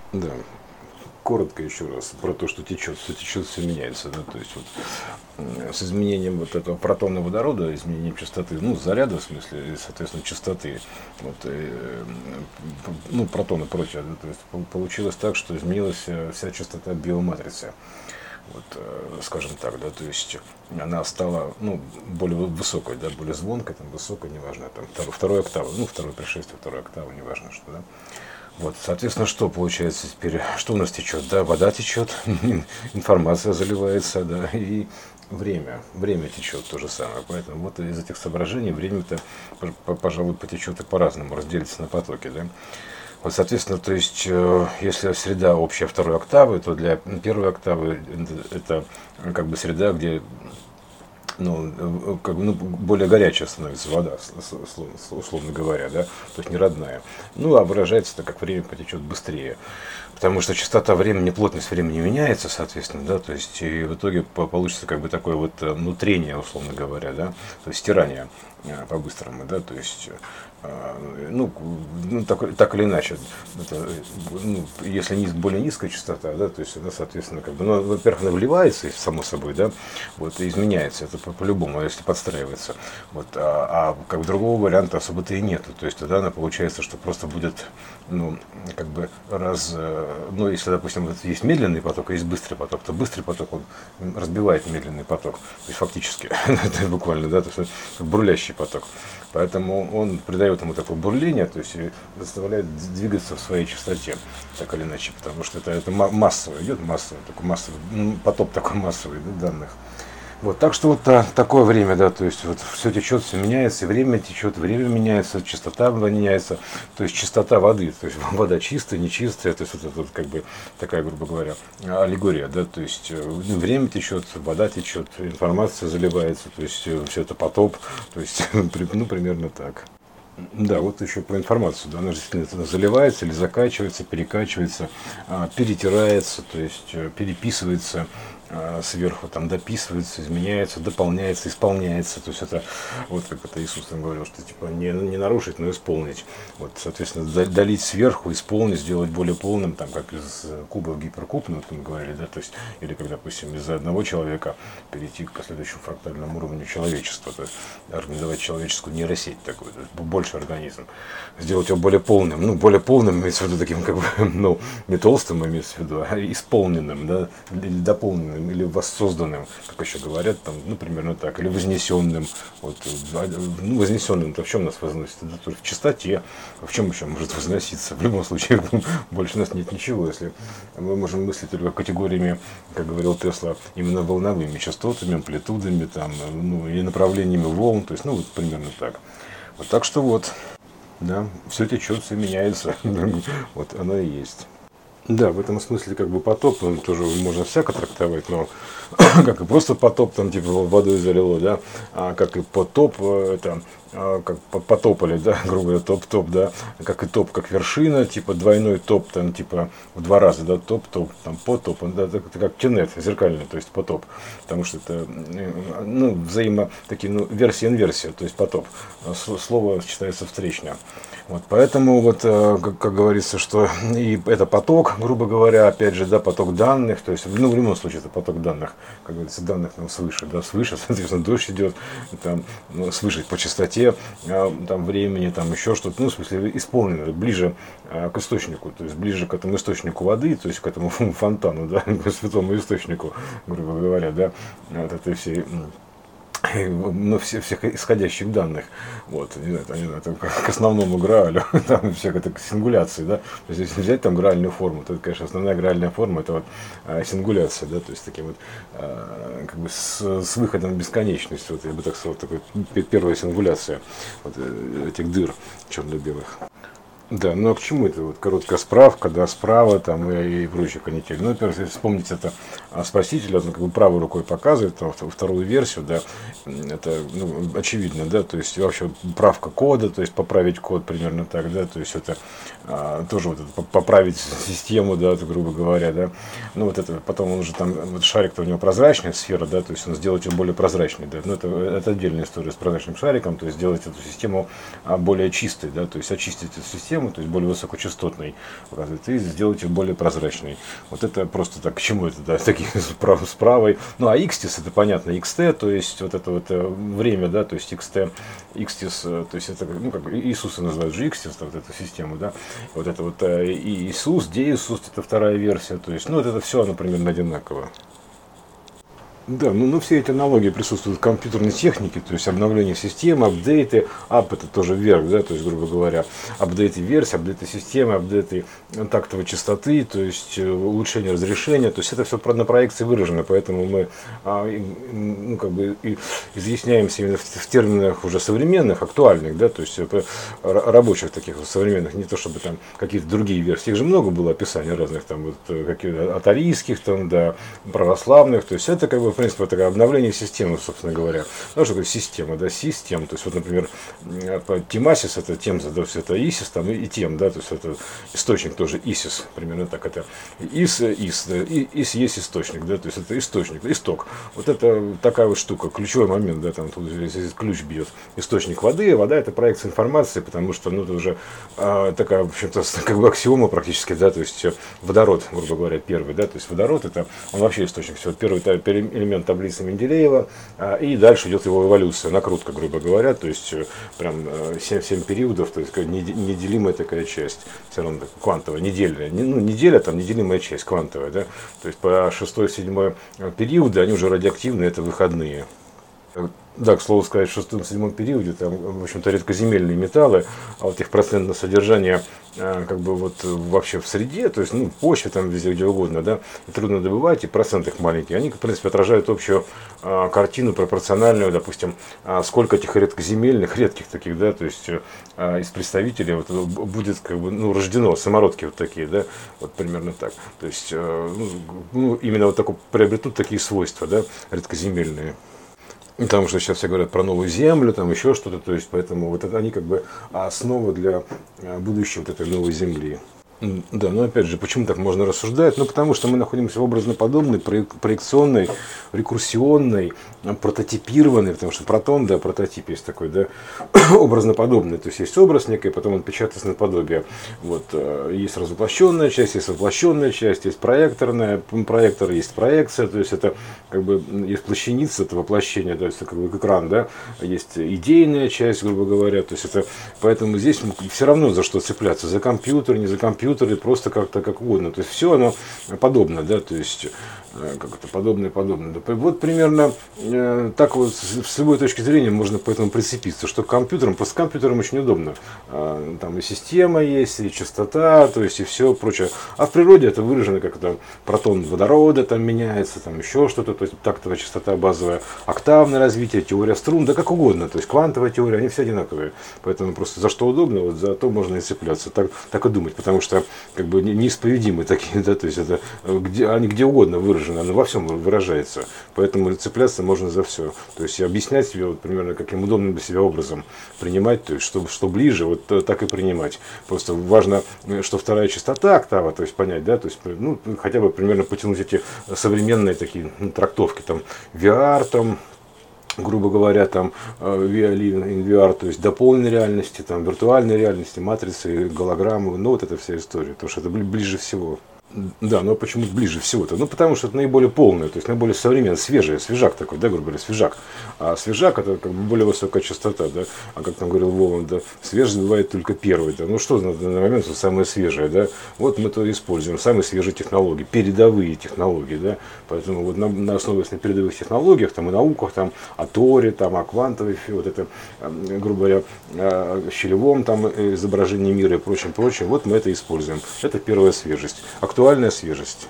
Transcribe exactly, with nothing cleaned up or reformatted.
Да. Коротко еще раз про то, что течет, все течет, все меняется, да, то есть вот м, с изменением вот этого протона водорода, изменением частоты, ну, заряда в смысле, и, соответственно, частоты, вот, э, м, ну, протоны и прочее, да, то есть пол- получилось так, что изменилась э, вся частота биоматрицы, вот, э, скажем так, да, то есть она стала, ну, более вы- высокой, да, более звонкой, там, высокой, неважно, там, второй, второй октавы, ну, второе пришествие, второй октавы, неважно, что, да. Вот, соответственно, что получается теперь? Что у нас течет? Да, вода течет, информация заливается, да, и время. Время течет то же самое. Поэтому вот из этих соображений время-то, пожалуй, потечет и по-разному, разделится на потоки, да. Вот, соответственно, то есть, э, если среда общая второй октавы, то для первой октавы это, это как бы среда, где ну, э, как бы, ну, более горячая становится вода, условно, условно говоря, да, то есть не родная. Ну, а выражается это как время потечет быстрее. Потому что частота времени, плотность времени меняется, соответственно, да, то есть и в итоге получится как бы такое вот э, ну, трение, условно говоря, да, то есть стирание э, по-быстрому, да, то есть э, ну, ну так, так или иначе, это, ну, если низ, более низкая частота, да, то есть она, соответственно, как бы, ну, во-первых, она вливается, само собой, да, вот, и изменяется, это по- по-любому, если подстраивается, вот, а, а как бы другого варианта особо-то и нету, то есть тогда она получается, что просто будет, ну, как бы раз, э, ну, если, допустим, вот есть медленный поток, а есть быстрый поток, то быстрый поток, он разбивает медленный поток, то есть фактически, это буквально, да, то есть как бурлящий поток. Поэтому он придает ему такое бурление, то есть и заставляет двигаться в своей частоте, так или иначе, потому что это, это массово идет, массово, такой массовый, ну, поток такой массовый, да, данных. Вот, так что вот а, такое время, да, то есть вот все течет, все меняется, и время течет, время меняется, частота меняется, то есть чистота воды, то есть вода чистая, нечистая, то есть вот это вот как бы такая, грубо говоря, аллегория, да, то есть э, время течет, вода течет, информация заливается, то есть э, все это потоп, то есть, ну, примерно так. Да, вот еще про информацию. Да, она же действительно заливается или закачивается, перекачивается, а, перетирается, то есть э, переписывается а, сверху, там дописывается, изменяется, дополняется, исполняется. То есть это вот как это Иисус там говорил, что типа не, не нарушить, но исполнить. Вот, соответственно, долить сверху, исполнить, сделать более полным, там как из куба в гиперкуб, ну, вот мы говорили, да, то есть, или как, допустим, из одного человека перейти к следующему фрактальному уровню человечества, то есть организовать человеческую нейросеть такую, то есть больше организм, сделать его более полным, ну, более полным, имеется в виду таким, как бы, ну, не толстым, имеется в виду, а исполненным, да, или дополненным, или воссозданным, как еще говорят, там, ну, примерно так, или вознесенным, вот, ну, вознесенным, то в чем нас возносит? Это тоже в чистоте, в чем еще может возноситься? В любом случае, больше у нас нет ничего, если мы можем мыслить только категориями, как говорил Тесла, именно волновыми частотами, амплитудами, там, ну, и направлениями волн, то есть, ну, вот примерно так. Вот так что вот, да, все течет, все меняется. Вот оно и есть. Да, в этом смысле как бы потоп, он тоже можно всяко трактовать, но как и просто потоп, там типа водой залило, да, а как и потоп, э, это а, как по- потопали, да, грубо говоря, топ-топ, да, как и топ, как вершина, типа двойной топ, там типа в два раза, да, топ-топ, там потоп, он, да, это, это как тенет, зеркальный, то есть потоп, потому что это, э, ну, взаимо, такие, ну, версия-инверсия, то есть потоп, С- слово считается встречно. Вот, поэтому, вот, э, как, как говорится, что и это поток, грубо говоря, опять же, да, поток данных, то есть, ну, в любом случае, это поток данных, как говорится, данных нам свыше, да, свыше, соответственно, дождь идет, там, ну, свыше по частоте, э, там, времени, там, еще что-то, ну, в смысле, исполнено, ближе э, к источнику, то есть, ближе к этому источнику воды, то есть, к этому фонтану, да, к святому источнику, грубо говоря, да, вот этой всей ну, все, всех исходящих данных. Вот, не знаю, это, это к основному граалю, там всех это к сингуляции, да. То есть, если взять там граальную форму, то, конечно, основная граальная форма это вот а, сингуляция, да, то есть таким вот а, как бы с, с выходом в бесконечность, вот я бы так сказал, такой первая сингуляция вот, этих дыр черно-белых. Да, ну а к чему это? Вот короткая справка, да, справа там и, и прочие канители. Ну, во-первых, если вспомнить это а, спаситель, он как бы правой рукой показывает там, вторую версию, да, это ну, очевидно, да, то есть вообще вот правка кода, то есть поправить код примерно так, да, то есть это а, тоже вот это, поправить систему, да, это, грубо говоря, да, ну вот это потом он уже там, вот шарик-то у него прозрачная сфера, да, то есть он сделать ее более прозрачной, да, ну это, это отдельная история с прозрачным шариком, то есть сделать эту систему а, более чистой, да, то есть очистить эту систему, систему, то есть более высокочастотной, и сделать ее более прозрачной. Вот это просто так, к чему это, да, такие справа, с правой. Ну, а икстис, это понятно, икс ти, то есть вот это вот время, да, то есть икс ти, икстис, то есть это, ну, как Иисуса называют же икстис, вот эту систему, да, вот это вот и Иисус, Деисус, это вторая версия, то есть, ну, вот это все, оно примерно одинаково. Да, ну, ну все эти аналогии присутствуют в компьютерной технике, то есть обновление системы, апдейты, ап это тоже вверх, да, то есть, грубо говоря, апдейты версии, апдейты системы, апдейты тактовой частоты, то есть улучшение разрешения, то есть это все на проекции выражено, поэтому мы а, ну, как бы и изъясняемся именно в, в терминах уже современных, актуальных, да, то есть рабочих таких современных, не то чтобы там какие-то другие версии, их же много было описаний разных, там вот какие-то атарийских, там, да, православных, то есть это как бы в принципе, такое обновление системы, собственно говоря. Ну, что такое система, да, систем. То есть, вот, например, Тимасис это тем, да, это Исис, там, и тем, да, то есть это источник тоже Исис, примерно так. Это Ис, Ис, да, и Ис есть источник, да, то есть это источник, исток. Вот это такая вот штука, ключевой момент, да, там тут здесь ключ бьет. Источник воды, вода это проекция информации, потому что, ну, это уже а, такая, в общем-то, как бы аксиома практически, да, то есть водород, грубо говоря, первый, да, то есть водород это, он вообще источник всего. Первый элемент таблицы Менделеева, и дальше идет его эволюция, накрутка, грубо говоря, то есть прям семь периодов, то есть неделимая такая часть, все равно квантовая, недельная, ну, неделя, там неделимая часть, квантовая, да, то есть по шестой-седьмой периоды, они уже радиоактивные, это выходные. Да, к слову сказать, в шестом-седьмом периоде там, в общем-то, редкоземельные металлы, а вот их процентное содержание как бы вот вообще в среде, то есть, ну, в почве, там, везде, где угодно, да, и трудно добывать, и процент их маленький, они, в принципе, отражают общую а, картину пропорциональную, допустим, а, сколько этих редкоземельных, редких таких, да, то есть, а, из представителей вот, будет, как бы, ну, рождено, самородки вот такие, да, вот примерно так, то есть, а, ну, именно вот такое приобретут такие свойства, да, редкоземельные. Потому что сейчас все говорят про новую землю, там еще что-то, то есть поэтому вот это они как бы основа для будущей вот этой новой земли. Да, но опять же, почему так можно рассуждать? Ну, потому что мы находимся в образно-подобной, проекционной, рекурсионной, прототипированной, потому что протон, да, прототип есть такой, да, образно-подобный, то есть есть образ некий, потом он печатается на подобие. Вот, есть развоплощенная часть, есть воплощенная часть, есть проекторная, проектор, есть проекция, то есть это как бы есть плащаница, это воплощение, то есть это как бы экран, да, есть идейная часть, грубо говоря, то есть это, поэтому здесь все равно за что цепляться, за компьютер, не за компьютер, или просто как-то как угодно. То есть все оно подобно, да, то есть как это подобное, подобное. Вот примерно э, так вот с любой точки зрения можно по этому прицепиться, что компьютером, просто компьютером очень удобно. Э, там и система есть, и частота, то есть и все прочее. А в природе это выражено как там протон водорода там меняется, там еще что-то, то есть тактовая частота базовая, октавное развитие, теория струн, да как угодно, то есть квантовая теория, они все одинаковые. Поэтому просто за что удобно, вот за то можно и цепляться, так, так и думать, потому что как бы неисповедимы такие, да, то есть это где, они где угодно выражены. Она во всем выражается, поэтому цепляться можно за все. То есть объяснять себе вот, примерно каким удобным для себя образом принимать, то есть что, что ближе, вот так и принимать. Просто важно, что вторая частота октава, то есть понять, да, то есть ну, хотя бы примерно потянуть эти современные такие ну, трактовки, там ви ар, там, грубо говоря, там ви ар, ин ви ар, то есть дополненной реальности, там виртуальной реальности, матрицы, голограммы, ну вот эта вся история, потому что это ближе всего. Да, но почему ближе всего-то? Ну, потому что это наиболее полное, то есть наиболее современное, свежее, свежак такой, да, грубо говоря, свежак. А свежак это как бы более высокая частота, да, а как там говорил Воланд, да, свежесть бывает только первый, да. Ну, что на данный момент самое свежее, да, вот мы то используем, самые свежие технологии, передовые технологии, да, поэтому вот на, на основе на передовых технологиях, там и науках, там, о Торе, там, о квантовой, вот это, грубо говоря, о щелевом там изображении мира и прочем, прочем, вот мы это используем. Это первая свежесть. Актуальная свежесть.